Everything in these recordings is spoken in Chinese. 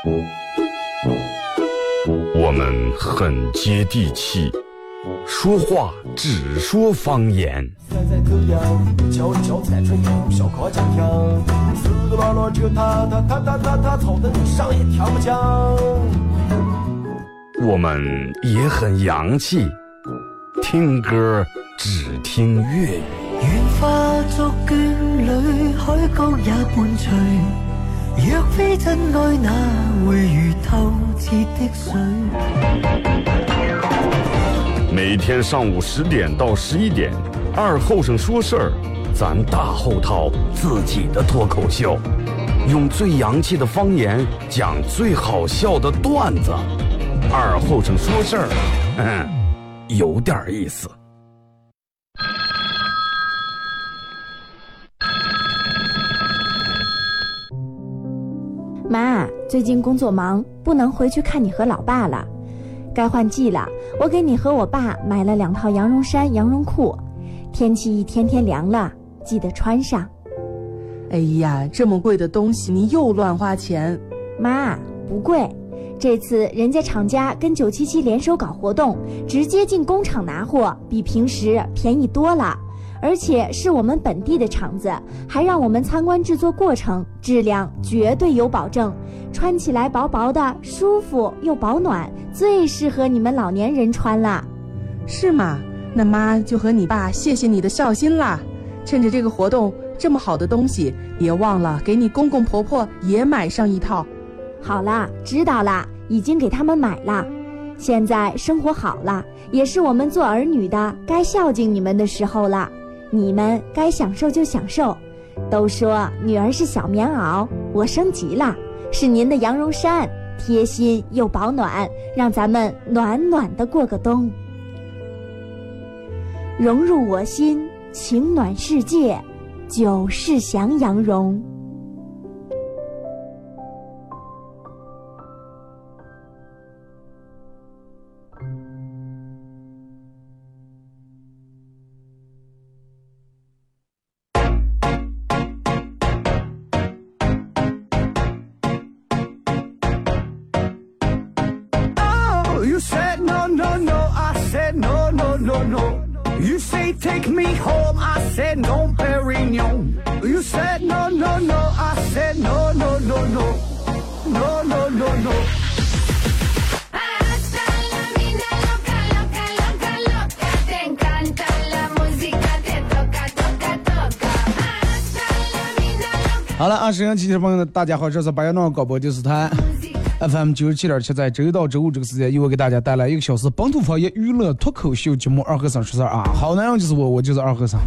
我们很接地气，说话只说方言。我们也很洋气，听歌只听粤语。 愿化作眷侣，海角也伴随。若非真爱，哪會如透徹的水？ 每天上午10點到11點，二後生說事兒，咱大後套自己的脫口秀，用最洋氣的方言講最好笑的段子。二後生說事兒，有點意思。 妈，最近工作忙，不能回去看你和老爸了。该换季了，我给你和我爸买了2套羊绒衫、羊绒裤，天气一天天凉了，记得穿上。 哎呀，这么贵的东西你又乱花钱。 妈，不贵，这次人家厂家跟977联手搞活动，直接进工厂拿货，比平时便宜多了。而且是我们本地的厂子，还让我们参观制作过程，质量绝对有保证，穿起来薄薄的，舒服又保暖，最适合你们老年人穿了。 是吗？那妈就和你爸谢谢你的孝心啦。趁着这个活动，这么好的东西，别忘了给你公公婆婆也买上一套。 好啦，知道啦，已经给他们买了。现在生活好了，也是我们做儿女的该孝敬你们的时候了。你们该享受就享受，都说女儿是小棉袄，我升级了，是您的羊绒衫，贴心又保暖，让咱们暖暖的过个冬。融入我心，情暖世界，久世祥羊绒。 You said no, no, no, I said no, no, no, no. You say take me home, I said no, Perignon. You said no, no, no, I said no, no, no, no. No, no, no, no. Hasta la vida loca, loca, loca, loca. Te encanta la música, te toca, toca, toca. Hasta la vida loca. 好了，20期的朋友们，大家好，这是白羊诺广播电视台。FM 97.7，在周一到周五这个时间，由我给大家带来1个小时本土方言娱乐脱口秀节目《二和尚说事儿》啊，好男人就是我就是二和尚。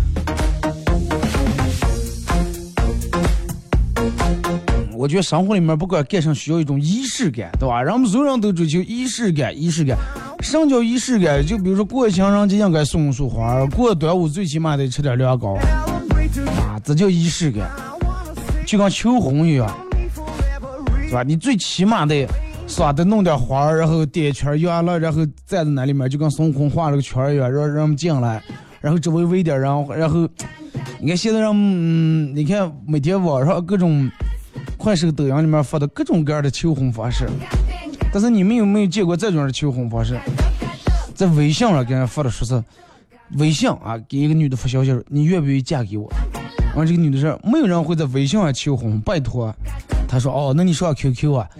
我觉得生活里面不管干什需要一种仪式感，对吧？人们所有人都追求仪式感，仪式感。什么叫仪式感？就比如说过情人节应该送束花，过端午最起码得吃点凉糕啊，这叫仪式感，就跟求婚一样。是吧？你最起码得是吧？得弄点花，然后点一圈圆了，然后站在那里面，就跟孙悟空画了个圈一样，让人们进来，然后周围围点，然后，你看现在你看每天网上各种快手、抖音里面发的各种各样的求婚方式，但是你们有没有见过这种的求婚方式？在微信上给人发的说是微信啊，给一个女的发消息，你愿不愿意嫁给我？然后这个女的说，没有人会在微信上求婚，拜托。他说哦，那你说 QQ 啊？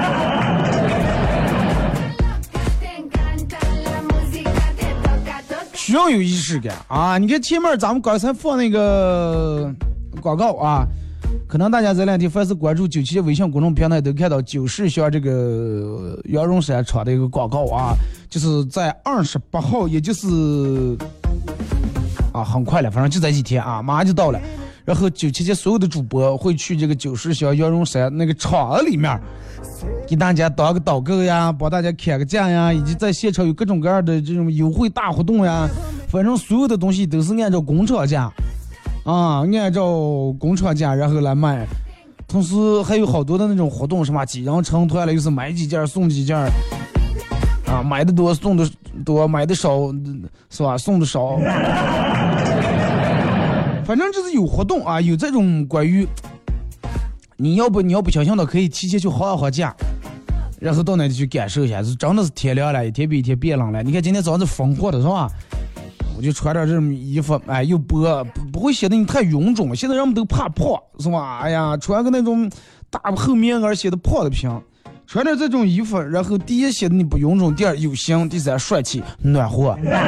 需要有仪式感啊！你看前面咱们刚才放那个广告啊，可能大家这2天凡是关注97微信公众平台都看到九世祥这个羊绒衫厂的一个广告啊，就是在28号，也就是啊很快了，反正就在几天啊，马上就到了。然后97所有的主播会去这个九世祥羊绒衫那个厂子里面，给大家当个导购呀，帮大家砍个价呀，以及在现场有各种各样的这种优惠大活动呀，反正所有的东西都是按照工厂价啊，按照工厂价然后来卖。同时还有好多的那种活动，什么几人成团了，又是买几件送几件啊，买的多送的多，买的少是吧？送的少。反正就是有活动啊，有这种关于你要不小心的，可以提前去好好假，然后到那里去感受一下，真的是天凉了，一天比一天变冷了。你看今天早上是风过的是吧？我就穿点这种衣服，哎，又不会显得你太臃肿。现在人们都怕胖，是吧？哎呀，穿个那种大厚棉袄显得胖的平，穿点这种衣服，然后第一显得你不臃肿，第二有型，第三帅气暖和。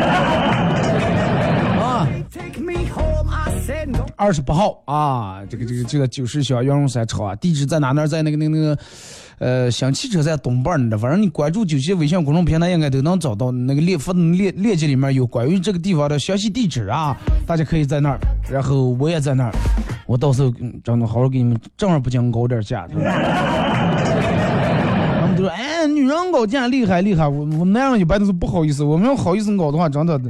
啊，28号啊，这个90小羊肉山超啊，地址在哪呢？在那个小汽车站东半的，反正你关注97微信公众平台应该都能找到那个列接里面有关于这个地方的详细地址啊，大家可以在那儿，然后我也在那儿，我到时候真的好好给你们正儿不经搞点价。他们都说哎，女人搞价厉害，我们男人一般都是不好意思，我们要好意思搞的话，真的。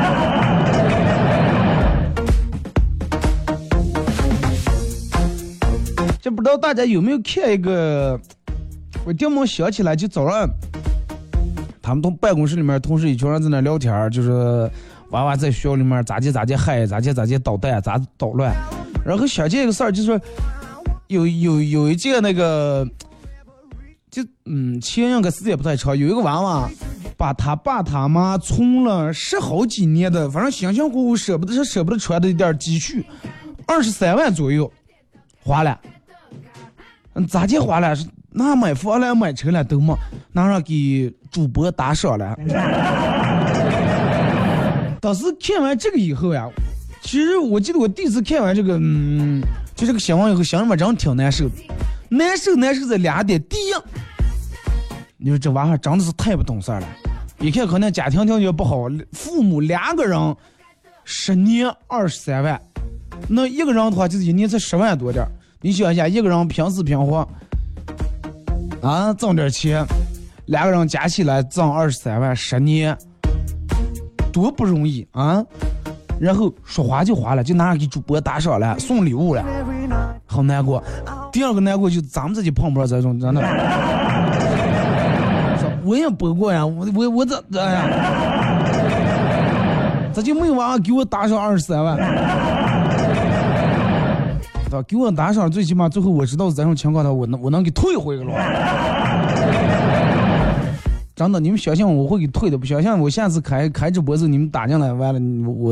这不知道大家有没有看一个，我电门想起来，就早上他们办公室里面同事一群人在那聊天，就是娃娃在学校里面咋地害，咋地捣蛋，咋捣乱，然后想起一个事儿，就是有一届那个，就前应该时间不太长，有一个娃娃把他爸他妈存了10好几年的，反正辛辛苦苦舍不得穿的一点积蓄，23万左右花了。咋地花了？那买房了买车了都没，拿上给主播打赏了。当时看完这个以后呀，其实我记得我第一次看完这个，就这个新闻以后，心里面真挺难受的。难受在2点。第一，你说这娃哈真的是太不懂事了。一看可能家庭条件不好，父母2个人10年23万，那一个人的话就是1年才10万多点。你想一下，一个人平时平活啊，挣点钱，2个人加起来挣23万，10年多不容易啊！然后说花就花了，就拿上给主播打赏了，送礼物了，好难过。第二个难过就是咱们自己碰不着这种，真的。我也播过呀，我这哎呀，这就没有娃给我打赏23万。给我打赏，最起码最后我知道是这种情况的，我能给退回去了。真的，你们相信我会给退的，不相信我下次开直播时候你们打进来，完了我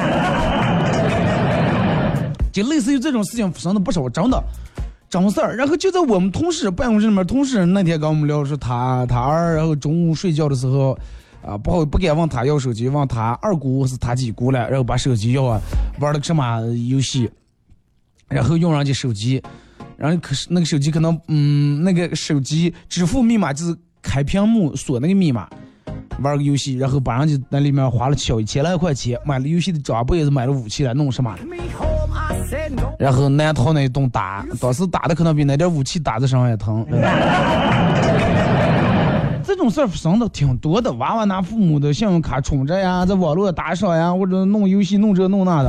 就类似于这种事情发生的不少，真的真事儿。然后就在我们办公室里面，同事那天跟我们聊说他儿，然后中午睡觉的时候啊，不敢问他要手机，问他2姑是他几姑了，然后把手机要啊，玩了个什么游戏。然后用上去手机，然后可是那个手机可能那个手机支付密码就是开屏幕锁那个密码，玩个游戏，然后把上去那里面花了小1000来块钱，买了游戏的装备，买了武器来弄什么，然后难逃那一顿打，当时打的可能比那点武器打的上还疼。这种事儿发生的挺多的，娃娃拿父母的信用卡充着呀，在网络打赏呀，或者弄游戏弄这弄那的。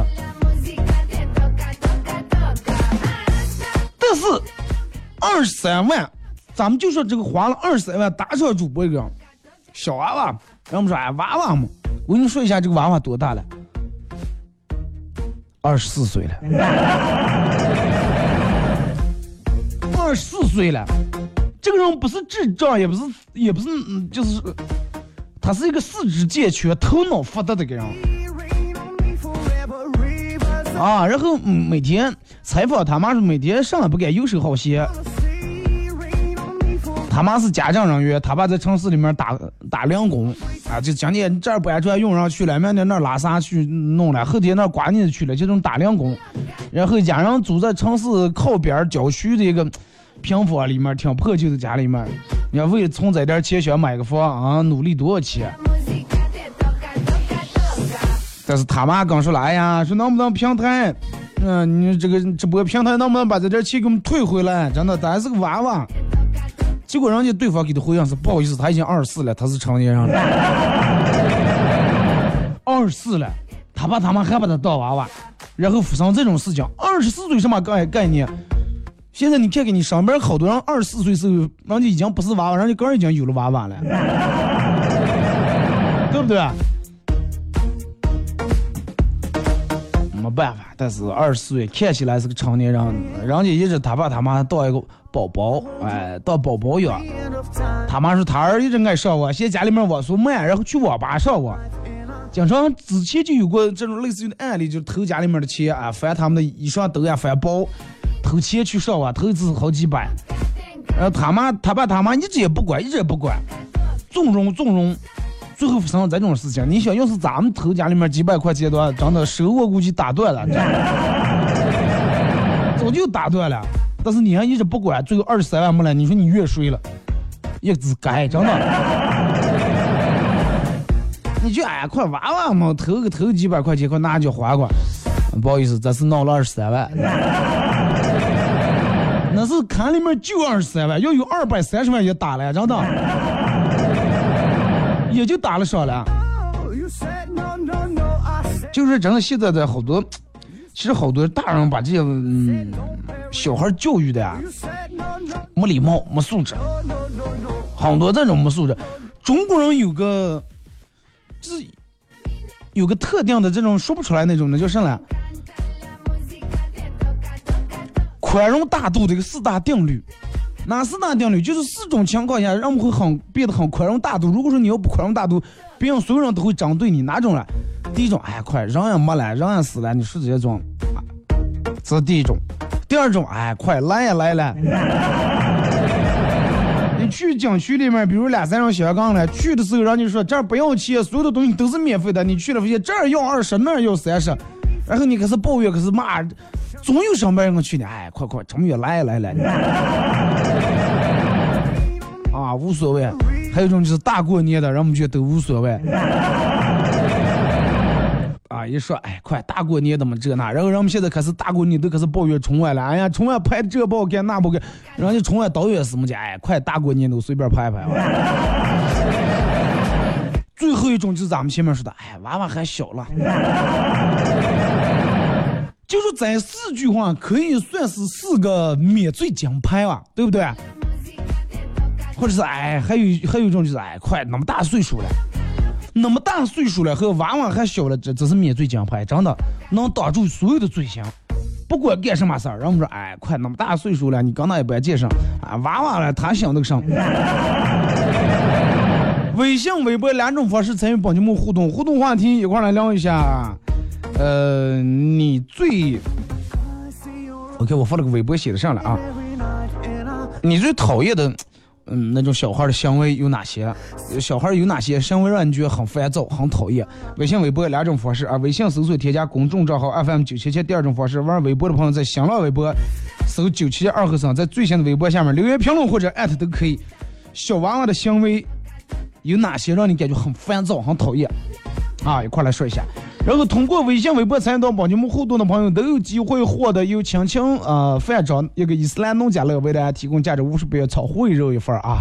但是23万，咱们就说这个花了23万打赏主播一个小娃娃，然后我们说哎娃娃嘛，我跟你说一下这个娃娃多大了，24岁了，24岁了，这个人不是智障，也不是就是他是一个四肢健全、头脑发达的一个人。啊，然后每天采访他妈说每天上来不敢游手好闲，他妈是家政人员，他爸在城市里面打零工啊，就今天这儿不安全用上去了，明天那儿拉萨去弄了，后天那儿刮泥去了，这种打零工。然后家人住在城市靠边郊区的一个平房里面，挺破旧的家里面，你要为了存这点钱想买个房啊，努力多少钱？但是他妈刚说了，哎呀，说能不能平台，你这个直播平台能不能把这点钱给我们退回来？真的，咱是个娃娃。结果人家对方给的回应是不好意思，他已经24了，他是成年人了。24了，他爸他妈还把他当娃娃，然后发生这种事情。24岁什么概念？现在你看看你上边好多人24岁时候，人家已经不是娃娃，人家个人已经有了娃娃了，对不对？ 没办法，但是24岁看起来是个成年人，人家一直他爸他妈当一个宝宝，哎，当宝宝养。他妈说他儿一直爱上网，现在家里面网速慢，然后去网吧上网。经常之前就有过这种类似于的案例，就偷家里面的钱啊，翻他们的衣裳兜呀，翻包，偷钱去上网，偷一次好几百。然后他爸他妈一直也不管，纵容，最后发生这种事情。你想要是咱们偷家里面几百块钱的话，真的手我估计打断了，早就打断了。但是你还一直不管，最后23万没了，你说你越税了，一直改，真的。你就哎，快娃娃嘛，投几百块钱，快拿去花花。不好意思，这次闹了23万。那是看里面就23万，要有230万也打了，真的，也就打了少了。就是真的，现在的好多，其实好多大人把这些小孩教育的呀，没礼貌、没素质，很多这种没素质。中国人有个，就是有个特定的这种说不出来那种的，叫什么？宽容大度的一个4大定律。哪4大定律？就是4种情况下人们会变得很宽容大度。如果说你要不宽容大度，别人所有人都会针对你。哪种了？第一种，哎，快人也没了，人也死了，你说这种，这是第一种。第二种，哎，快来也来了。你去景区里面，比如2-3人小杠了，去的时候人家说这儿不要钱，所有的东西都是免费的。你去了发现这儿要20，那儿要30，然后你可是抱怨，可是骂。总有上班人去呢，哎，快，这么远来啊，无所谓。还有一种就是大过年的，人们觉得都无所谓。啊，一说哎，快大过年的嘛这那，然后人们现在开始大过年都开始抱怨春晚了，哎呀，春晚拍这不好看那不好看，人家春晚导演什么讲，哎，快大过年都随便拍。最后一种就是咱们前面说的，哎，娃娃还小了。就是这4句话可以算是4个免罪奖牌啊，对不对？或者是哎，还有一种就是哎，快那么大岁数了，和娃娃还小了，这是免罪奖牌，真的能挡住所有的罪行，不管干什么事儿。然后我们说哎，快那么大岁数了，你刚才也不爱介绍啊，娃娃了，他想那个上。微信、微博2种方式参与帮节目互动话题，一块来聊一下。你最 OK， 我发了个微博写的上来啊。你最讨厌的，那种小孩的行为有哪些？小孩有哪些行为让你觉得很烦躁、很讨厌？微信、微博2种方式啊。微信搜索添加公众账号 FM977，第2种方式，玩微博的朋友在新浪微博搜977二和尚，在最新的微博下面留言评论或者艾特都可以。小娃娃的行为有哪些让你感觉很烦躁、很讨厌？啊，一块来说一下。然后通过微信、微博参与到帮节目互动的朋友都有机会获得由青青饭庄一个伊斯兰农家乐为大家提供价值58元炒烩肉一份啊。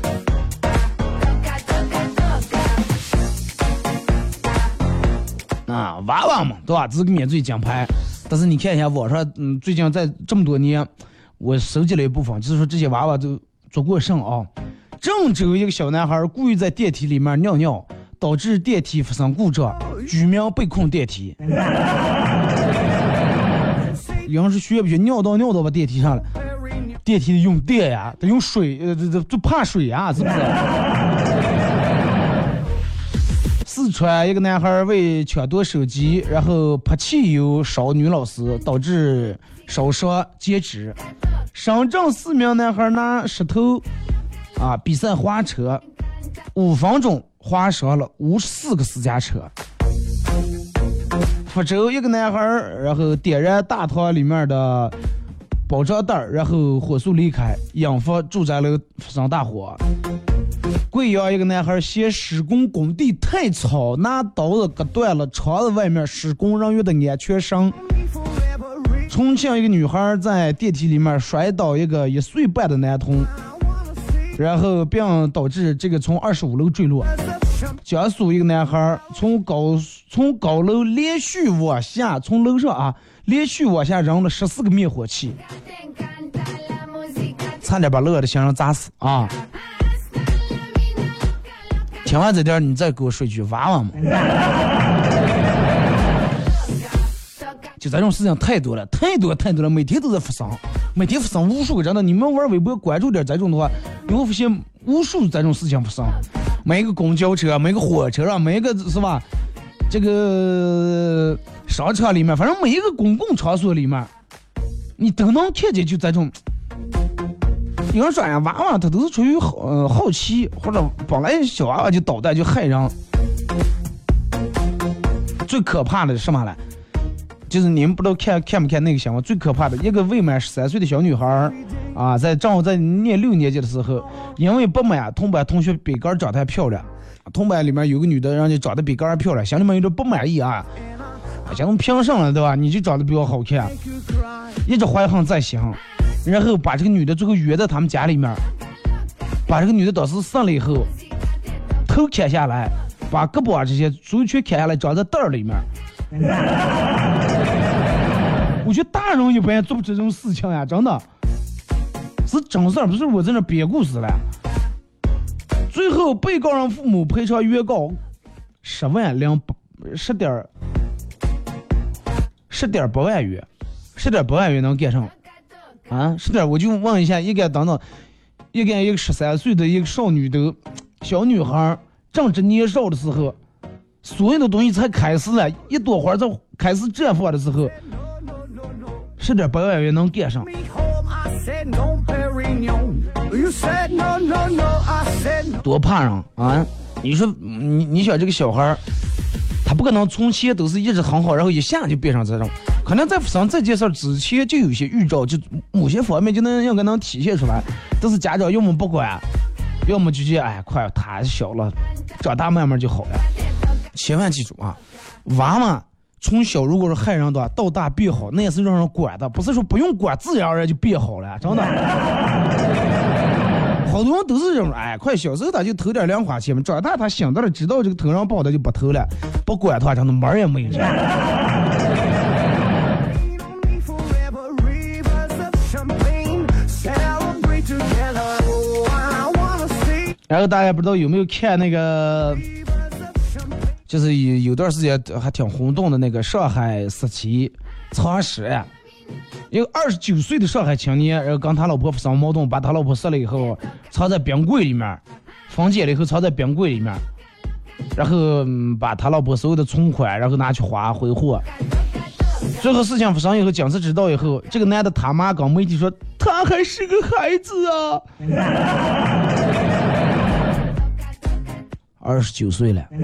娃娃嘛，对吧？这是个免罪奖牌。但是你看一下网上，最近在这么多年，我收集了一部分，就是说这些娃娃都做过甚啊。郑州一个小男孩故意在电梯里面尿尿，导致电梯发生故障，居民被困电梯。有人是学不学尿到把电梯上了，电梯用电呀，得用水，就怕水呀，是不是？四川一个男孩为抢夺手机，然后泼汽油烧女老师，导致烧伤截肢。深圳4名男孩拿石头比赛滑车，5分钟划伤了54个私家车。福州一个男孩然后点燃大堂里面的保障袋，然后火速离开，引发住宅楼发生大火。贵阳一个男孩嫌施工工地太吵，拿刀子割断了窗子外面施工人员的安全绳。重庆一个女孩在电梯里面摔倒一个1岁半的男童，然后并导致这个从25楼坠落。江苏一个男孩从高楼连续往下，从楼上连续往下扔了14个灭火器，差点把乐的行人砸死啊！听完这点，你再给我说一句娃娃嘛。 就这种事情太多了，太多了，每天都在发生，每天发生无数个，真的，你们玩微博关注点这种的话，你会发现无数这种事情发生。每一个公交车，每个火车上，每一个是吧？这个商场里面，反正每一个公共场所里面，你都能看见就这种。有人说呀，娃娃他都是出于好奇，或者本来小娃娃就捣蛋就害人。最可怕的是什么呢？就是你们不知道看不看那个新闻？最可怕的一个未满13岁的小女孩啊，正好在念6年级的时候，因为不满同班同学比杆长得还漂亮，同班里面有个女的，让你长得比杆还漂亮，心里面有点不满意啊，想们评上了对吧？你就长得比我好看，一直怀恨在心，然后把这个女的最后约在他们家里面，把这个女的当时上了以后，头砍下来，把胳膊这些所有全砍下来，装在袋儿里面。我觉得大人一般做这种事情呀，真的是真事儿，不是我在那编故事了。最后被告人父母赔偿原告10.8万元，10.8万元能干上啊？10.，我就问一下，一个13岁的一个少女的小女孩，正值年少的时候，所有的东西才开始了，一朵花才开始绽放的时候，10.8万元能干上。多怕人啊！你说你想这个小孩，他不可能从前都是一直很好，然后一下就变成这种，可能在发生这件事之前就有些预兆，就某些方面就能体现出来，但是家长要么不管，要么就觉得哎快他小了，长大慢慢就好了。千万记住啊，娃娃从小如果是害人的话，到大变好那也是让人管的，不是说不用管自然而然就变好了，真的。好多人都是这种，哎，快小时候他就偷点2块钱嘛，长大他想到了知道这个头上不好，他就不偷了，不管的话真的门也没有。然后大家不知道有没有看那个，就是有段时间还挺轰动的那个上海4期藏尸呀。一个29岁的上海青年，然后跟他老婆发生矛盾，把他老婆杀了以后，藏在冰柜里面，封检了以后藏在冰柜里面，然后把他老婆所有的存款，然后拿去花挥霍。最后事情发生以后，警察知道以后，这个男的他妈跟媒体说，他还是个孩子啊，29岁了。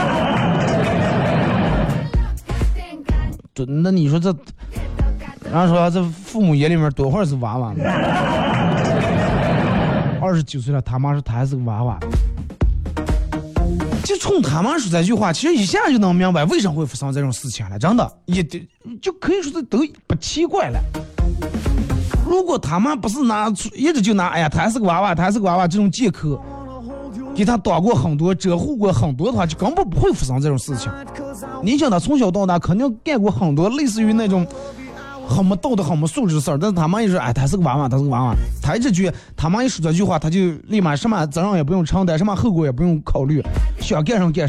对，那你说这？然后说这父母眼里面多会儿是娃娃呢，29岁了，他妈说他还是个娃娃，就冲他妈说这句话，其实一下就能明白为什么会发生这种事情了，真的也就可以说这都不奇怪了。如果他妈不是一直就拿哎呀他还是个娃娃，他还是个娃娃这种借口给他挡过很多遮护过很多的话，就根本不会发生这种事情。你想他从小到大肯定干过很多类似于那种很没道德很没素质的事儿，但是他妈一说哎他是个娃娃，他是个娃娃，他一直觉得他妈一说这句话，他就立马什么责任也不用承担，什么后果也不用考虑，想干上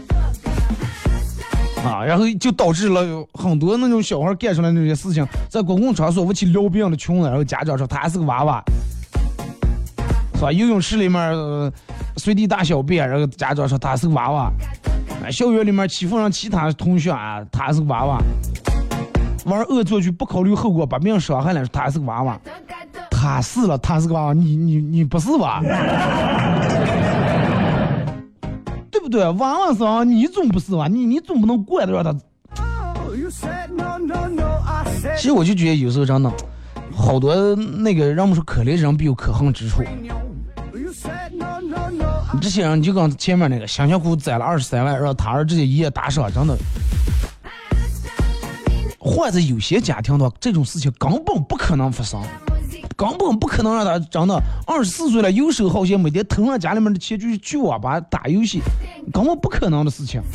啊，然后就导致了很多那种小孩干出来那些事情，在公共场所为其撩别人的穷了，然后家长说他还是个娃娃，是吧？游泳池里面随地大小便，然后家长说他是个娃娃，校园里面欺负上其他同学啊，他是个娃娃。玩恶作剧不考虑后果把别人伤害了，他是个娃娃，他是了，他是个娃娃，你不是吧？对不对？娃娃是娃娃，你总不是吧？你总不能怪得让他。其实我就觉得有时候真的好多那个让我们说可怜人必有可恨之处。这些人就跟前面那个辛辛苦苦攒了23万，让他儿直接一夜打赏，真的。或者有些家庭的话，这种事情根本不可能发生，根本不可能让他真的24岁了游手好闲，每天偷上家里面的钱去网吧打游戏，根本不可能的事情。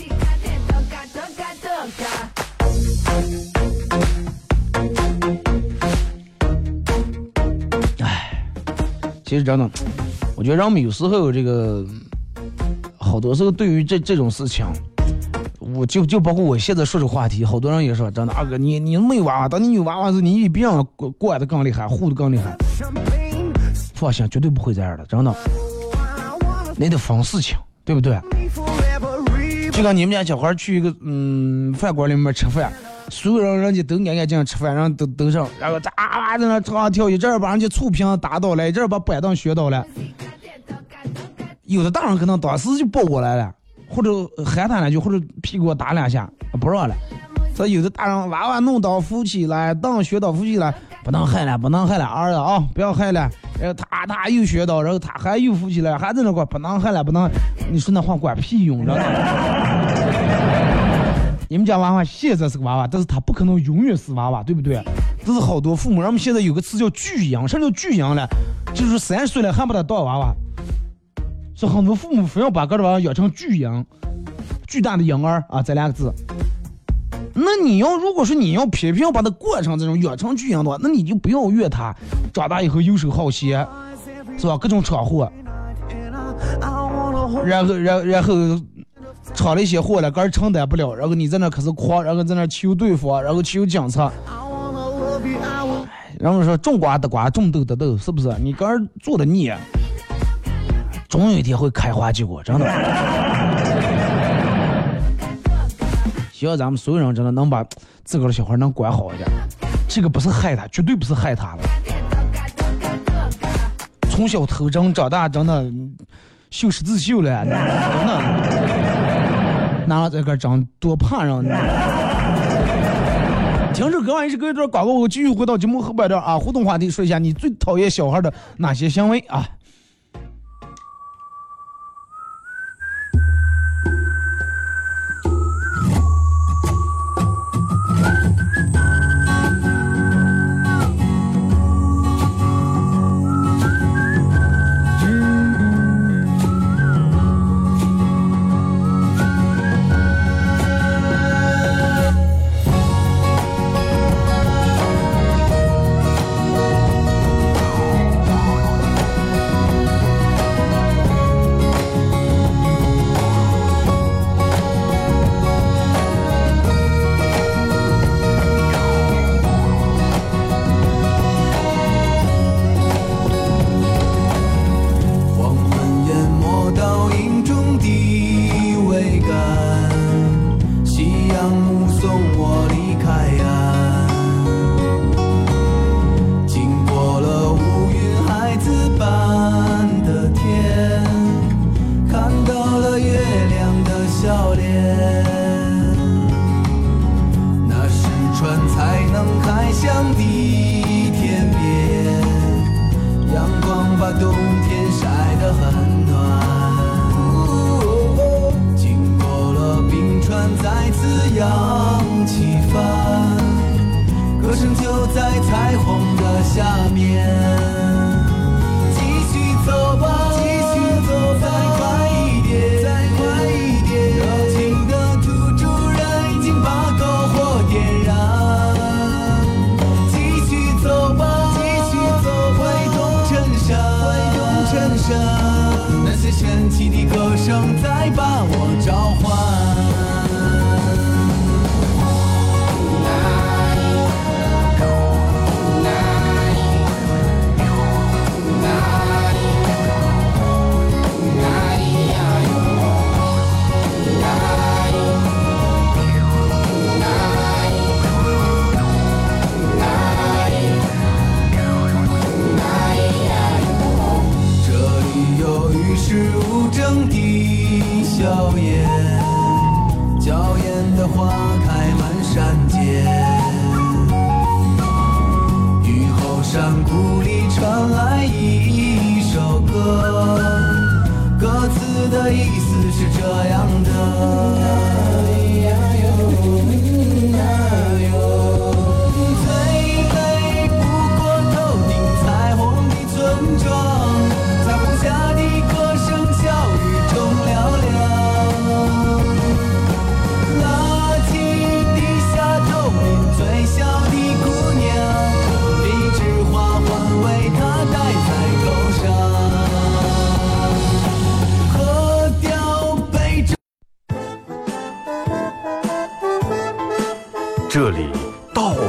哎，其实真的，我觉得人们有时候这个好多时候对于这种事情， 我就包括我现在说这话题，好多人也说，真的，二哥你没娃娃，等你有娃娃时，你比别人管的更厉害，护的更厉害。放心，绝对不会这样的，真的。你得分事情，对不对？就跟你们家小孩去一个饭馆里面吃饭，所有人家都安安静静吃饭，然后都上，然后啊在那跳跳，一这儿把人家醋瓶打倒了，一这儿把板凳学倒了。有的大人可能当时就抱过来了，或者喊他两句，或者屁股打两下，不让了。这有的大人娃娃弄倒扶起来，凳学倒扶起来，不能害了，不能害了，儿子啊，不要害了。然后他又学倒，然后他还又扶起来，还在那块不能害了，不能。你说那话管屁用，知道吗？你们家娃娃现在是个娃娃，但是他不可能永远是娃娃，对不对？这是好多父母，咱们现在有个词叫巨婴，什么叫巨婴了？就是30岁了还不得当娃娃。是很多父母非要把个娃娃养成巨婴，巨大的婴儿啊，这两个字。那你要如果说你要偏偏要把它过成这种养成巨婴的话，那你就不要怨他长大以后游手好闲，是吧？各种闯祸，然后闯了一些祸了，个人承担不了，然后你在那可是狂，然后在那求对方，然后求警察。然后说种瓜得瓜，种豆得豆，是不是？你个人做的孽，总有一天会开花结果，真的。希望咱们所有人真的能把自个儿的小孩能管好一点，这个不是害他，绝对不是害他了。从小头争长大，真的绣十字绣了，真的，哪这个长多怕人呢？停止歌完一首歌一段广告，我继续回到节目后半段啊，互动话题说一下你最讨厌小孩的哪些行为啊？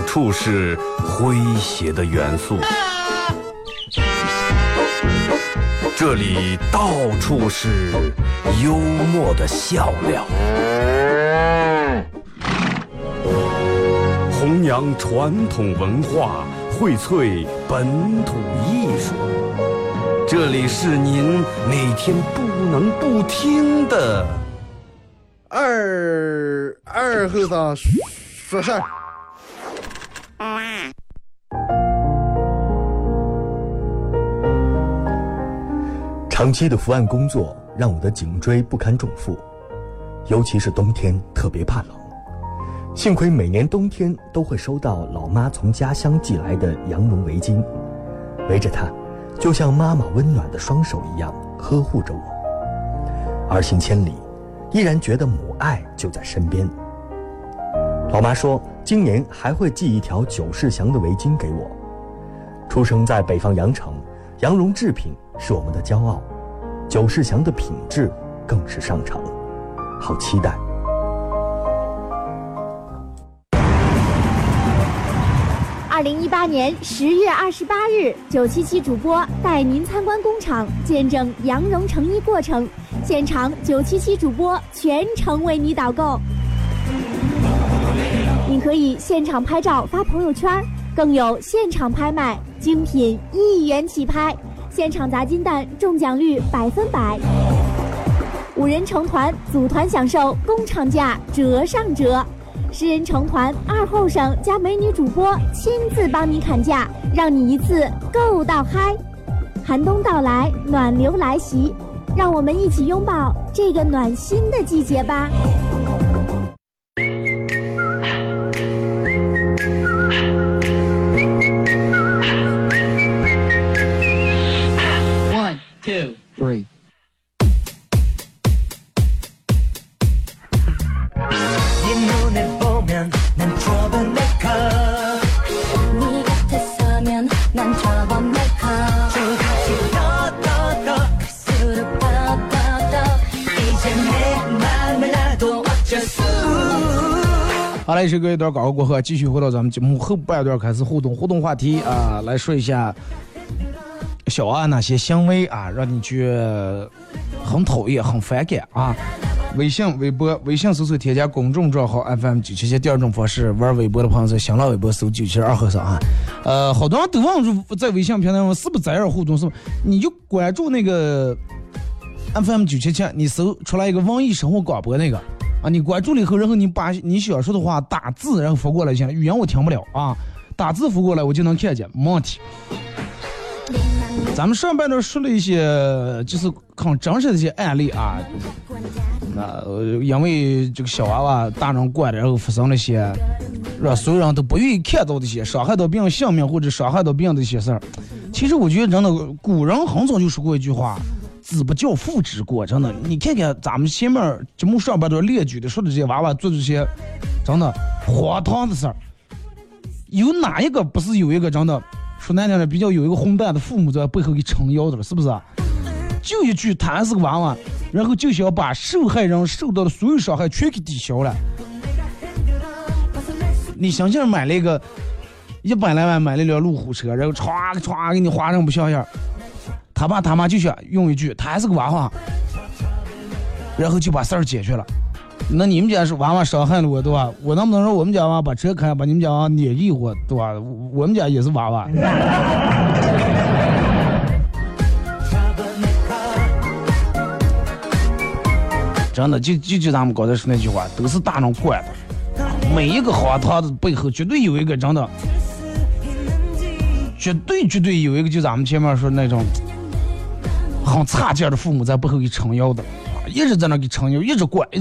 处是诙谐的元素，这里到处是幽默的笑料。弘扬传统文化，荟萃本土艺术，这里是您每天不能不听的二后生说事儿。 长期的伏案工作让我的颈椎不堪重负，尤其是冬天特别怕冷。幸亏每年冬天都会收到老妈从家乡寄来的羊绒围巾，围着它，就像妈妈温暖的双手一样呵护着我。儿行千里，依然觉得母爱就在身边。老妈说，今年还会寄一条九世祥的围巾给我。出生在北方羊城，羊绒制品是我们的骄傲，九世祥的品质更是上乘，好期待。 2018年10月28日，977主播带您参观工厂，见证羊绒成衣过程，现场977主播全程为你导购。你可以现场拍照发朋友圈，更有现场拍卖，精品1元起拍，现场砸金蛋，中奖率100%。5人成团，组团享受工厂价折上折。10人成团，2后生加美女主播亲自帮你砍价，让你一次购到嗨。寒冬到来，暖流来袭，让我们一起拥抱这个暖心的季节吧。 1, 2, 3。 好了，一首歌一段广告过后，继续回到咱们节目后半段开始互动话题啊，来说一下小啊哪些行为啊让你觉得很讨厌、很反感啊。微信、微博，微信搜索添加公众账号 FM977，第二种方式玩微博的朋友在新浪微博搜972后生啊。好多人都忘住在微信平台上是不是在这互动，是不是？你就关注那个 FM977，你搜出来一个网易生活广播那个啊，你关注了以后，然后你把你想说的话打字，然后发过来就行了。语言我听不了啊，打字发过来我就能看见，没问题。咱们上半段说了一些就是很真实的一些案例啊，因为这个小娃娃大人惯的，然后发生了一些让所有人都不愿意看到的一些伤害到别人性命或者伤害到别人的一些事儿。其实我觉得真的，古人很早就说过一句话，子不教父之过。真的，你看看咱们前面节目上半段列举的说的这些娃娃做这些真的荒唐的事儿，有哪一个不是有一个真的说难听的比较有一个混蛋的父母在背后给撑腰的了，是不是啊？就一句他是个娃娃，然后就想把受害人受到的所有伤害全给抵消了。你想想买了一个100来万买了一辆路虎车，然后歘给你划成不像样，他爸他妈就想用一句他还是个娃娃，然后就把事儿解决了。那你们家是娃娃伤害了我，对吧？我能不能说我们家娃娃把车开，把你们家娃娃碾一我，对吧？我们家也是娃娃。真的，就咱们刚才说那句话，都是大人惯的。每一个荒唐的背后，绝对有一个真的，绝对有一个，就咱们前面说那种很差劲的父母在背后给撑腰的。一直在那给撑腰，一直管。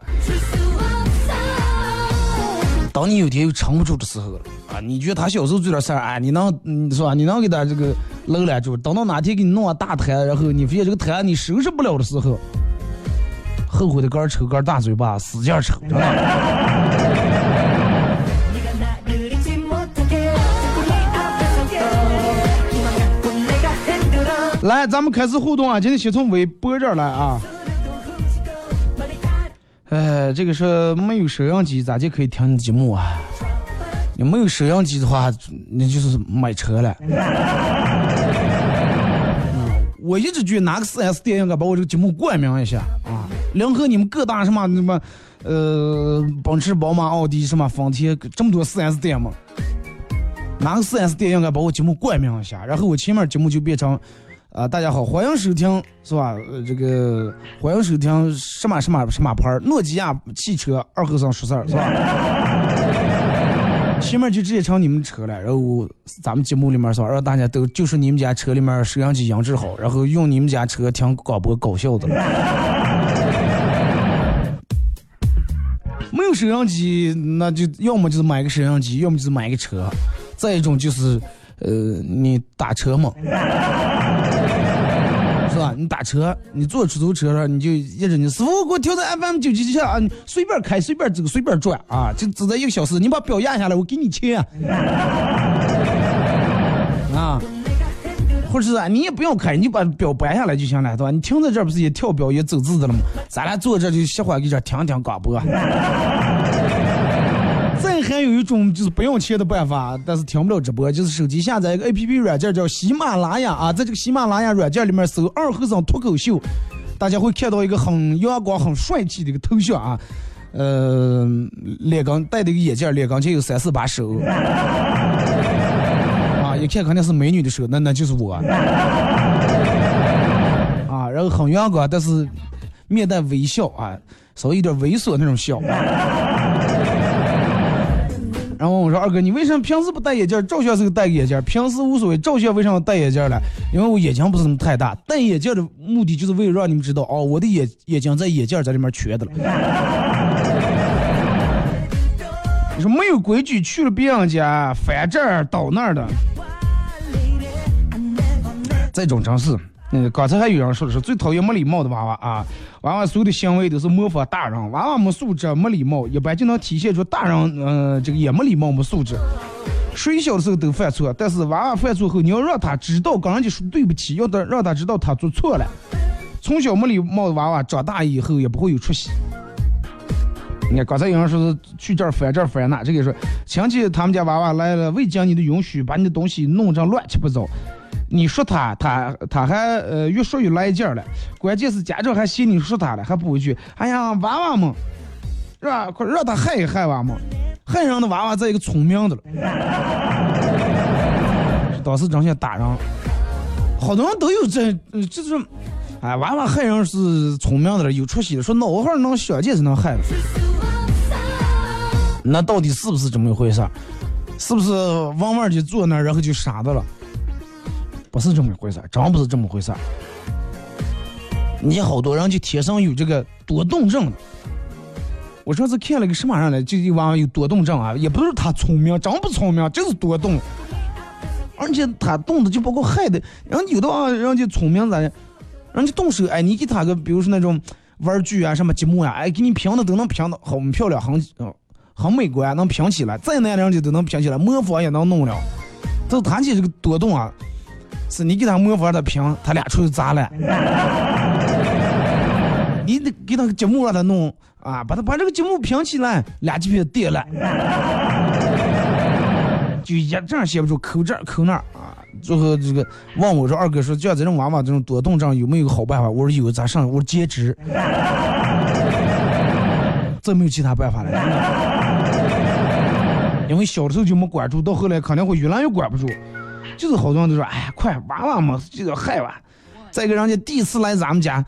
当你有天又撑不住的时候了啊，你觉得他小时候做点事儿，哎，你能是吧？你能给他这个搂来住，等到哪天给你弄个大台，然后你发现这个台你收拾不了的时候，后悔的杆抽杆大嘴巴，使劲抽，真的。来，咱们开始互动啊！今天先从微博这儿来啊。这个是没有摄像机咋就可以听你节目啊？ 你没有摄像机的话，那就是买车了。我一直觉得拿个 4S 店应该把我这个节目冠名一下啊，联合你们各大什么奔驰、宝马、奥迪什么丰田这么多 4S 店嘛，拿个 4S 店应该把我节目冠名一下，然后我前面节目就变成大家好，欢迎收听是吧？这个欢迎收听什么牌，诺基亚汽车2后生说事儿是吧？前面就直接成你们车了，然后咱们节目里面说让大家都就是你们家车里面摄像机音质好，然后用你们家车听广播搞笑的。没有摄像机，那就要么就是买个摄像机，要么就是买个车，再一种就是你打车嘛。是吧？你打车，你坐出租车上，你就一直你师傅给我调在 FM 977啊，你随便开，随便走，随便转啊，就只在1个小时，你把表压下来，我给你钱啊，或者是你也不要开，你把表掰下来就行了，对吧？你停在这儿不是也跳表也走字的了吗？咱俩坐这就喜欢给这听听广播。再还有一种就是不用钱的办法，但是听不了直播，就是手机下载一个 APP 软件叫喜马拉雅啊，在这个喜马拉雅软件里面搜2后生脱口秀，大家会看到一个很阳光很帅气的一个头像啊，脸刚戴的一个眼镜，脸刚前有3、4把手啊，一看肯定是美女的手，那就是我啊，然后很阳光，但是面带微笑啊，稍微有点猥琐那种笑。然后我说二哥，你为什么平时不戴眼镜？照相时候戴个眼镜，平时无所谓，照相为什么要戴眼镜呢？因为我眼睛不是那么太大，戴眼镜的目的就是为了让你们知道哦，我的眼睛在眼镜在里面缺的了。你说没有规矩，去了别人家翻这儿倒那儿的，这种真是。刚才还有人说的是最讨厌没礼貌的娃娃啊，娃娃所有的行为都是模仿大人，娃娃没素质没礼貌，一般就能体现出大人这个也没礼貌没素质。谁小的时候都犯错，但是娃娃犯错后你要让他知道跟人家说对不起，要让他知道他做错了。从小没礼貌的娃娃长大以后也不会有出息。你看刚才有人说是去这儿翻那，这个说亲戚他们家娃娃来了，未经你的允许把你的东西弄成乱七八糟，你说他还越说越来劲了，关键是家长还嫌你说他了，还补一句哎呀娃娃嘛是吧，快让他害一害娃嘛，害人的娃娃在一个聪明的了。当时真想打人，好多人都有就是哎娃娃害人是聪明的了，有出息的，说脑花能小件是能害的，那到底是不是这么一回事？是不是往外就坐那儿然后就傻的了？不是这么一回事，真不是这么回事。你好多人就天生有这个多动症的。我上次看了个什么人来，这娃娃有多动症啊，也不是他聪明，真不聪明，就是多动，而且他动的就包括害的。然后有的啊，人家聪明咋的，人家动手，哎，你给他个，比如说那种玩具啊，什么积木呀，哎，给你拼的都能拼的很漂亮，很美观，能拼起来，再难人家都能拼起来，模仿也能弄了。这谈起这个多动啊，是你给他模仿他拼，他俩出去砸了。你得给他个积木让他弄啊，把这个积木拼起来，俩鸡皮跌了，就一这样写不住，抠这儿抠那儿啊。最后这个问我说二哥说，就像这种娃娃这种多动症有没有个好办法？我说有，咋上？我说截肢，这没有其他办法了。因为小的时候就没管住，到后来肯定会越来越管不住。就是好多人都说，哎呀，快娃娃嘛，就要害娃。再一个人家第一次来咱们家，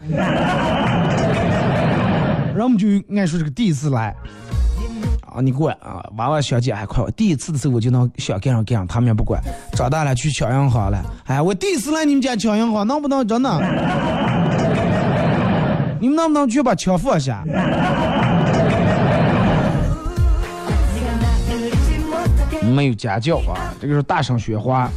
然后我们就爱说这个第一次来啊，你管啊，娃娃小姐还快，第一次的时候我就能想干上，他们也不管。长大了去抢银行了，哎，我第一次来你们家抢银行，能不能真的？你们能不能去把枪放下？没有家教啊，这个是大声雪花。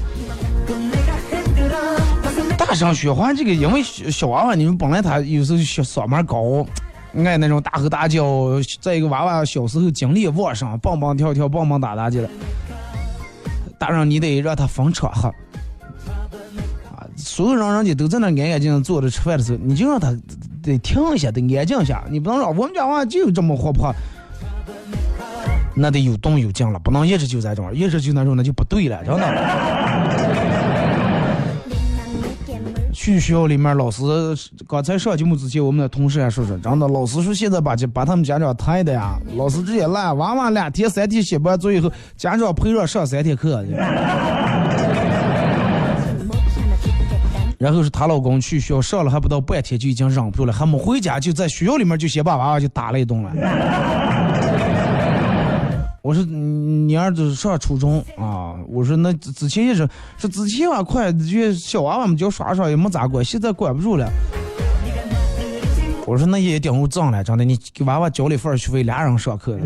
大声雪花这个，因为小娃娃你们本来他有时候嗓门高，爱那种大吼大叫，再一个娃娃小时候精力旺盛，蹦蹦跳跳蹦蹦打打去了，大人你得让他分场合啊，所有人家都在那安安静静坐着吃饭的时候，你就让他得停一下，得安静一下，你不能让我们家娃就这么活泼。 那得有动有静了，不能一直就在这儿，一直就那种那就不对了，真的。去学校里面，老师刚才上节目之前，我们的同事还说，真的，老师说现在把他们家长抬的呀，老师直接来，娃娃2天3天写不完作业以后，家长陪着上3天课。然后是她老公去学校上了还不到半天就已经忍不住了，还没回家就在学校里面就先把娃娃就打了一顿了。我说你儿子上初中啊，我说那之前也是之前啊，快就小娃娃们就耍耍也没咋管，现在管不住了。我说那也挺有脏了，真的，你给娃娃交了一份学费，2人上课。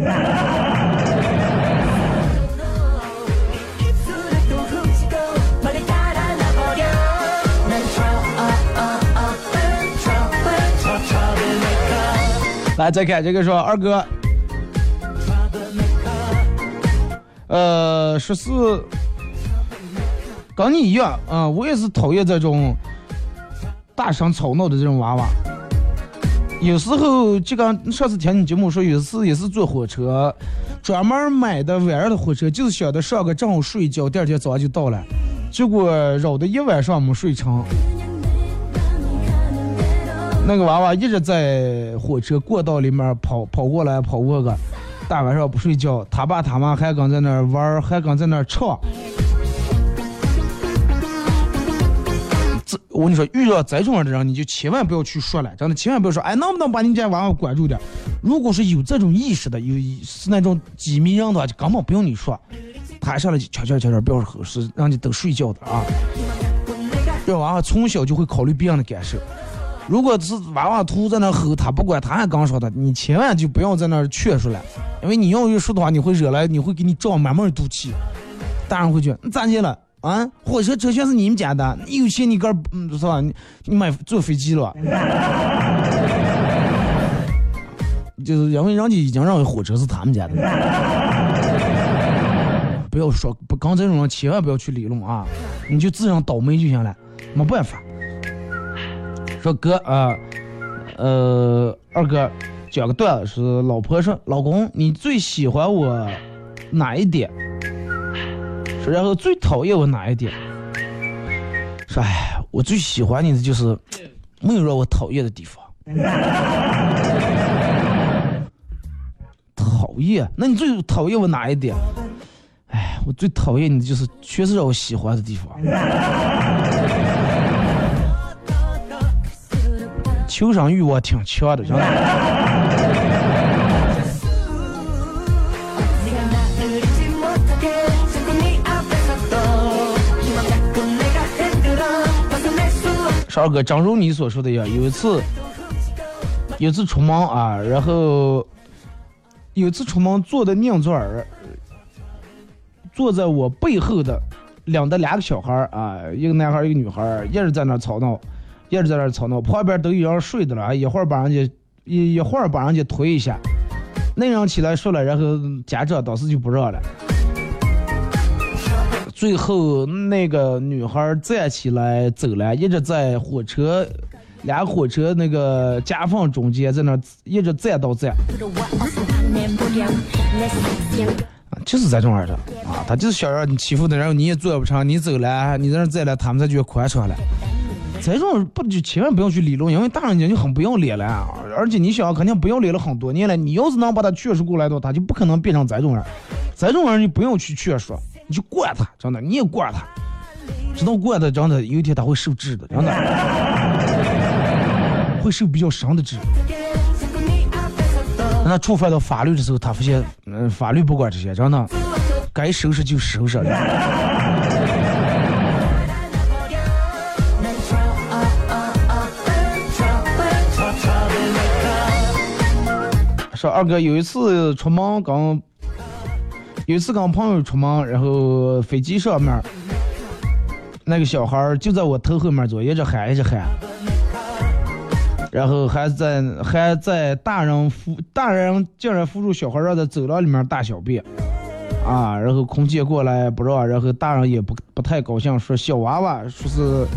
来再看这个说二哥。14，跟你一样啊，我也是讨厌这种大声吵闹的这种娃娃。有时候就刚上次听你节目说，有一次也是坐火车，专门买的晚上的火车，就是想着上个正午睡觉，第二天早上就到了，结果绕的一晚上没睡成。那个娃娃一直在火车过道里面跑过来跑过个。大晚上不睡觉，他爸他妈还刚在那儿玩，还刚在那儿唱。我跟你说，遇到这种的人，你就千万不要去说了，真的千万不要说，哎，能不能把你家娃娃管住点？如果是有这种意识的，是那种机密人的话，就根本不用你说，他上来就悄悄，不要吼，是让你等睡觉的啊。这娃娃从小就会考虑别人的感受。如果是娃娃图在那吼，他不管，他还刚说的，你千万就不要在那儿劝出来，因为你要一说的话，你会惹来，你会给你照满满的肚气，大人会觉得你咋的了啊？火车车厢是你们家的，你有钱你个是吧？你买坐飞机了，就是因为人家已经认为火车是他们家的，不要说不，刚这种人千万不要去理论啊，你就自认倒霉就行了，没办法。说哥二哥讲个段子，是老婆说老公你最喜欢我哪一点？说然后最讨厌我哪一点？说哎，我最喜欢你的就是没有让我讨厌的地方。讨厌？那你最讨厌我哪一点？哎，我最讨厌你的就是全是让我喜欢的地方。求生欲我挺强的，真的。少哥，正如你所说的一样，有一次出门啊，然后有一次出门坐的宁座儿，坐在我背后的两个小孩啊，一个男孩一个女孩，一直在那吵闹。旁边都有人睡的了，一会儿把人家推一下，那人起来说了，然后家长当时就不让了。最后那个女孩站起来走了，一直在火车那个夹缝中间，在那一直站到站。就是这种样的啊，他就是想让你欺负的，然后你也做不成，你走了，你在那站了，他们才觉得宽敞了。这种不就千万不要去理论，因为大人就很不要脸了，而且你想肯定不要脸了很多年了，你要是能把他劝说过来的话，他就不可能变成这种人。这种人你不用去劝说，你就惯他，真的，你也惯他，直到惯他，真的有一天他会受制的，真的会受比较伤的制。那触犯到法律的时候，他发现法律不管这些，真的该收拾就收拾了。说二哥有一次出门跟朋友出门，然后飞机上面那个小孩就在我头后面坐，一直喊，然后还在大人竟然扶住小孩让在走廊里面大小便啊，然后空姐过来不让，然后大人也不太高兴，说小娃娃说是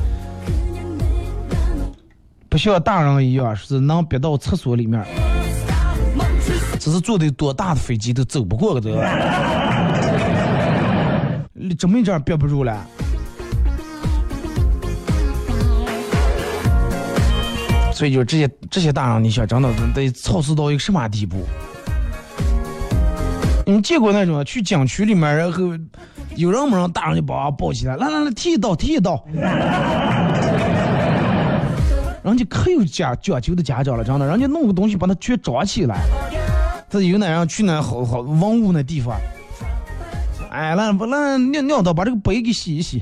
不像大人一样，说是能憋到厕所里面。 只是坐的多大的飞机都走不过的，这么一点憋不住了。所以就这些大人，你想真的得操持到一个什么地步？你见过那种去景区里面，然后有人没让大人就把抱起来，来踢一刀，人家可有讲究的家长了，真的，人家弄个东西把它全抓起来。他有那人去那好文物那地方，哎，尿到把这个杯给洗一洗。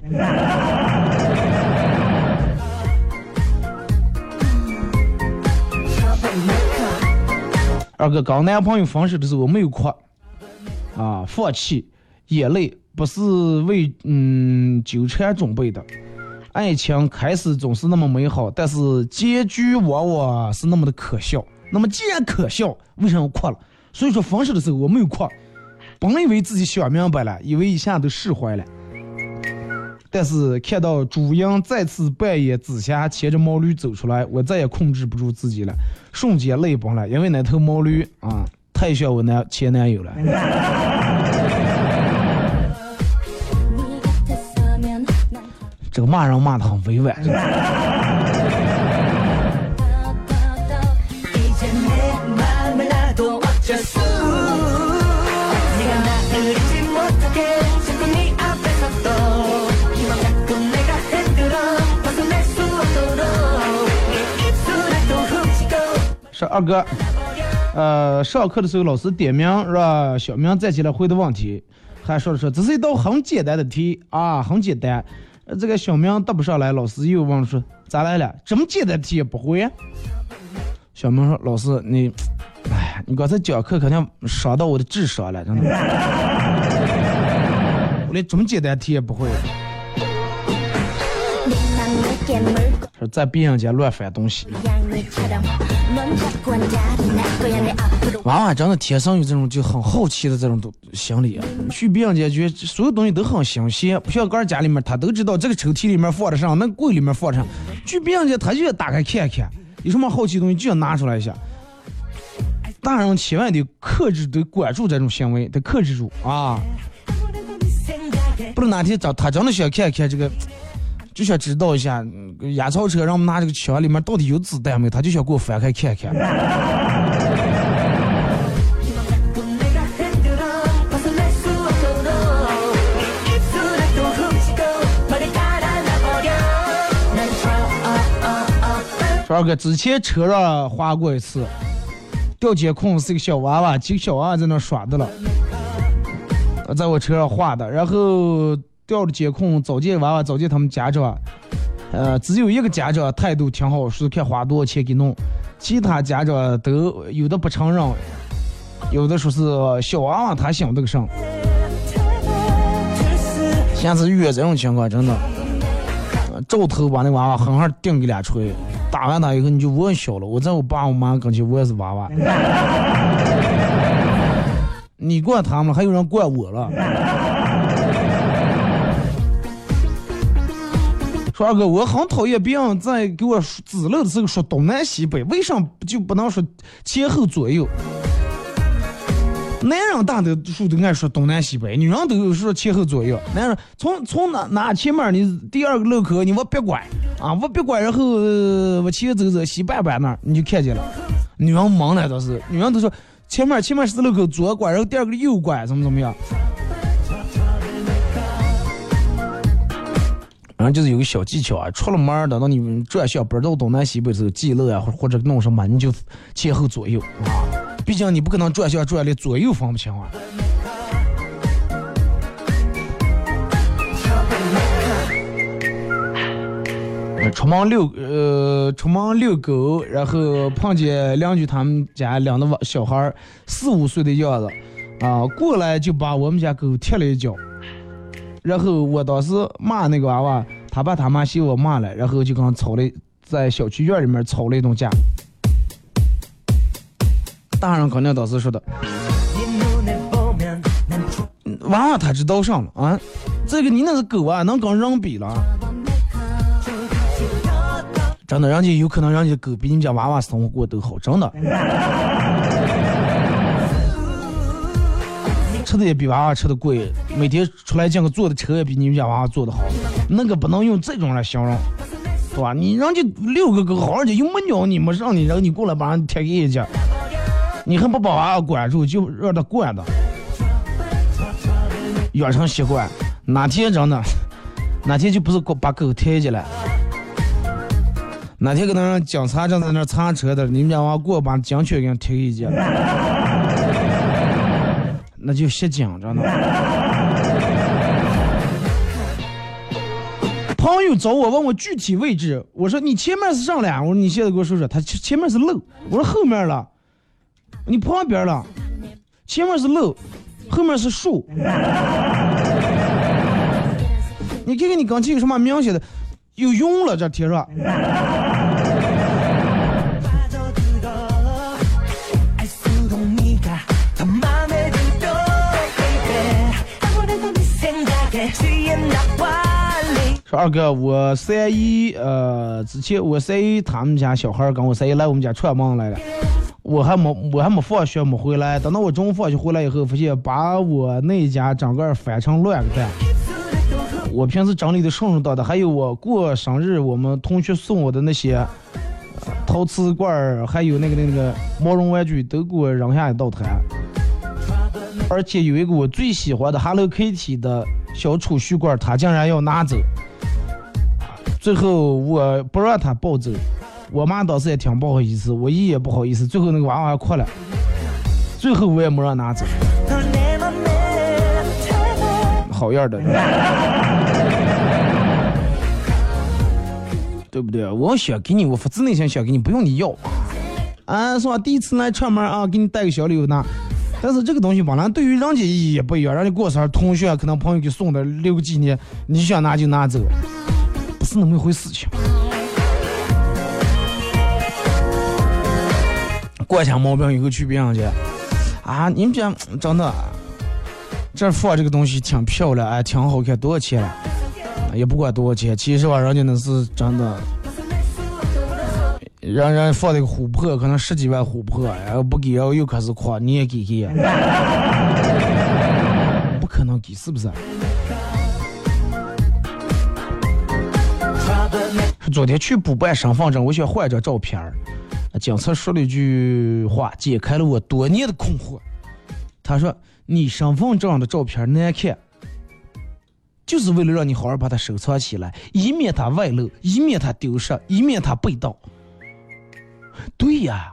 二哥，刚男朋友分手的时候我没有哭啊，放弃，眼泪不是为纠缠准备的。爱情开始总是那么美好，但是结局往往是那么的可笑。那么既然可笑，为什么哭了？所以说分手的时候我没有哭，本以为自己想明白了，以为一下都释怀了。但是看到主人再次半夜紫霞牵着毛驴走出来，我再也控制不住自己了，瞬间泪崩了，因为那头毛驴啊太像我前男友了。这个骂人骂得很委婉。是二哥，上课的时候老师点名让小明站起来回答问题，还说这是一道很简单的题啊，很简单。这个小明答不上来，老师又问说咋来了？这么简单的题也不会啊？小明说老师你刚才讲课肯定伤到我的智商了，真的，我连这么简单的题也不会。说在别人家乱翻东西。娃娃真的天生有这种就很好奇的这种心理啊，去别人家觉得所有东西都很新鲜，不像个人家里面他都知道这个抽屉里面放得上，那柜里面放得上，去别人家他就要打开看看，有什么好奇的东西就要拿出来一下。大人千万得克制，得管住这种行为，得克制住啊，不能哪天他真的想看看这个，就想知道一下压槽车让我们拿这个枪里面到底有子弹没有，他就想给我翻开看看。说二哥之前车上滑过一次，调监控是个小娃娃，几个小娃娃在那耍的了，在我车上滑的，然后调了监控，找见娃娃，找见他们家长，只有一个家长态度挺好，说看花多少钱给弄，其他家长都有的不承认，有的说是小娃娃他想这个上。下次遇到这种情况，真的照头把那娃娃狠狠顶给俩锤，打完他以后你就问小了，我在我爸我妈跟前我也是娃娃。你管他们了，还有人管我了。说二哥，我很讨厌别人在给我指路的时候说东南西北，为什么就不能说前后左右？男人大多数都爱说东南西北，女人都说前后左右。男人从哪前面你第二个路口你往别拐啊，往别拐，然后往前走西半半那儿你就看见了。女人忙呢倒是，女人都说前面十字路口左拐，然后第二个右拐，怎么样？然后就是有个小技巧啊，出了门等到你们转向不知道东南西北的时候，记录啊或者弄什么，你就前后左右啊。毕竟你不可能转向转连左右分不清啊。出门遛狗，然后碰见邻居他们家两个小孩4、5岁的样子啊，过来就把我们家狗踢了一脚，然后我当时骂那个娃娃，他爸他妈嫌我骂了，然后就刚吵了，在小区院里面吵了一顿架。大人肯定当时说的，娃娃他知道上了啊，这个你那是狗啊，能跟人比了。真的，人家有可能人家狗比你们家娃娃生活过得都好，真的。 吃的也比娃娃吃的贵，每天出来见个坐的车也比你们家娃娃坐的好，那个不能用这种来形容，对吧？你让这6个狗好，又没鸟你，没让你，让你过来把人贴给一家，你还不把娃娃管住，就让他惯的，养成习惯，哪天真的，哪天就不是把狗贴起来。哪天可能让警察正在那查车的，你们家娃过把警犬给人贴一下，那就瞎讲着呢。朋友找我问我具体位置，我说你前面是上来，我说你现在给我说说，他前面是路，我说后面了，你旁边了，前面是路，后面是树。你看看你刚才有什么明显的？有用了这贴上。说二哥，我3·1之前我3·1他们家小孩跟我3·1来我们家串门来了，我还没放学没回来，等到我中午放学回来以后，发现把我那家整个翻成乱个蛋。我平时整理的顺顺当当，还有我过生日我们同学送我的那些陶瓷罐，还有那个毛绒玩具都给我扔下一道台，而且有一个我最喜欢的 Hello Kitty 的小储蓄罐，他竟然要拿走，最后我不让他抱走，我妈当时也挺不好意思，我姨也不好意思，最后那个娃娃还哭了，最后我也没让拿走，好样的。对不对？我想给你，我发自内心想给你，不用你要啊！说第一次来串门啊，给你带个小礼物呢。但是这个东西本来对于人家意义也不一样，人家过生日，同学可能朋友给送的留个纪念，你想拿就拿走，不是那么一回事情。过下毛病以后去别人家啊，你们家真的这放这个东西挺漂亮，哎，挺好看，多少钱了？也不管多少钱，其实吧，人家那是真的，让人放那个琥珀，可能10几万琥珀，然后不给，然后又开始夸，你也给，不可能给，是不是？昨天去补办身份证，我想换张照片，警察说了一句话，解开了我多年的困惑。他说：“你身份证的照片难看。”就是为了让你好好把它收藏起来，以免它外露，以免它丢失，以免它被盗。对呀，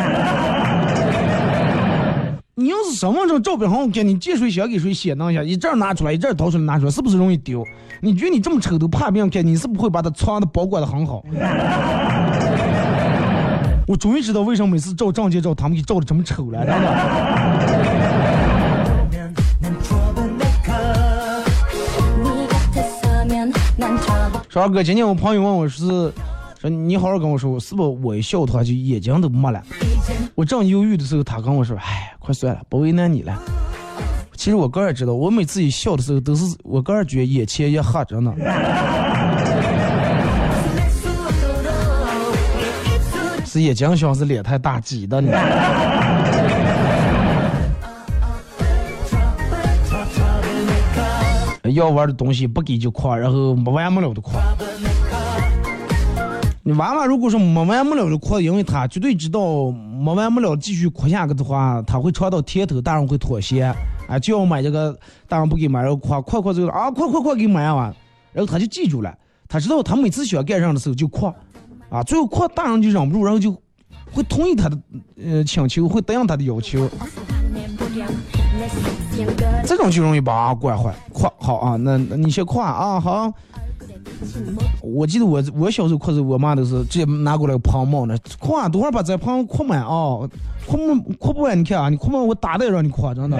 你要是身份证照片好看，你借谁想给谁写弄一下，一阵拿出来，一阵掏出来拿出来，是不是容易丢？你觉得你这么丑都怕别人看，你是不会把它藏的保管的很好。我终于知道为什么每次照证件照他们给照的这么丑了，真的。说二哥，今天我朋友问我说你好好跟我说，是不是我一笑的话就眼睛都没了？我正犹豫的时候，他跟我说：“哎，快算了，不为难你了。”其实我个人知道，我每次一笑的时候，都是我个人觉得眼前一黑着呢。是眼睛小，是脸太大挤的呢。要玩的东西不给就夸，然后没完没了的夸。你娃娃如果说没完没了的夸，因为他绝对知道没完没了继续夸下个的话，他会尝到甜头，大人会妥协。啊，就要买这个，大人不给买，然后夸这个啊，快给买完，然后他就记住了。他知道他每次想干上的时候就夸，啊，最后夸大人就忍不住，然后就会同意他的请求，会答应他的要求。这种就容易把惯坏，夸好啊，那你先夸啊，好。我记得我小时候夸着我妈都是直接拿过来个胖帽呢，夸多会儿把这胖夸满啊，夸不完你看啊，你夸满我打的让你夸，真的。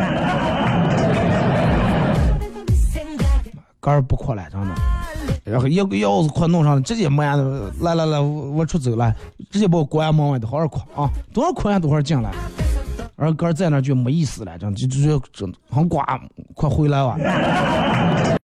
杆儿不夸了，真的。然后要是夸弄上直接满的，来，我出走了，直接把我关门外的好好夸啊，多少夸多少进来。而杆儿在那就没意思了，这很刮，快回来吧。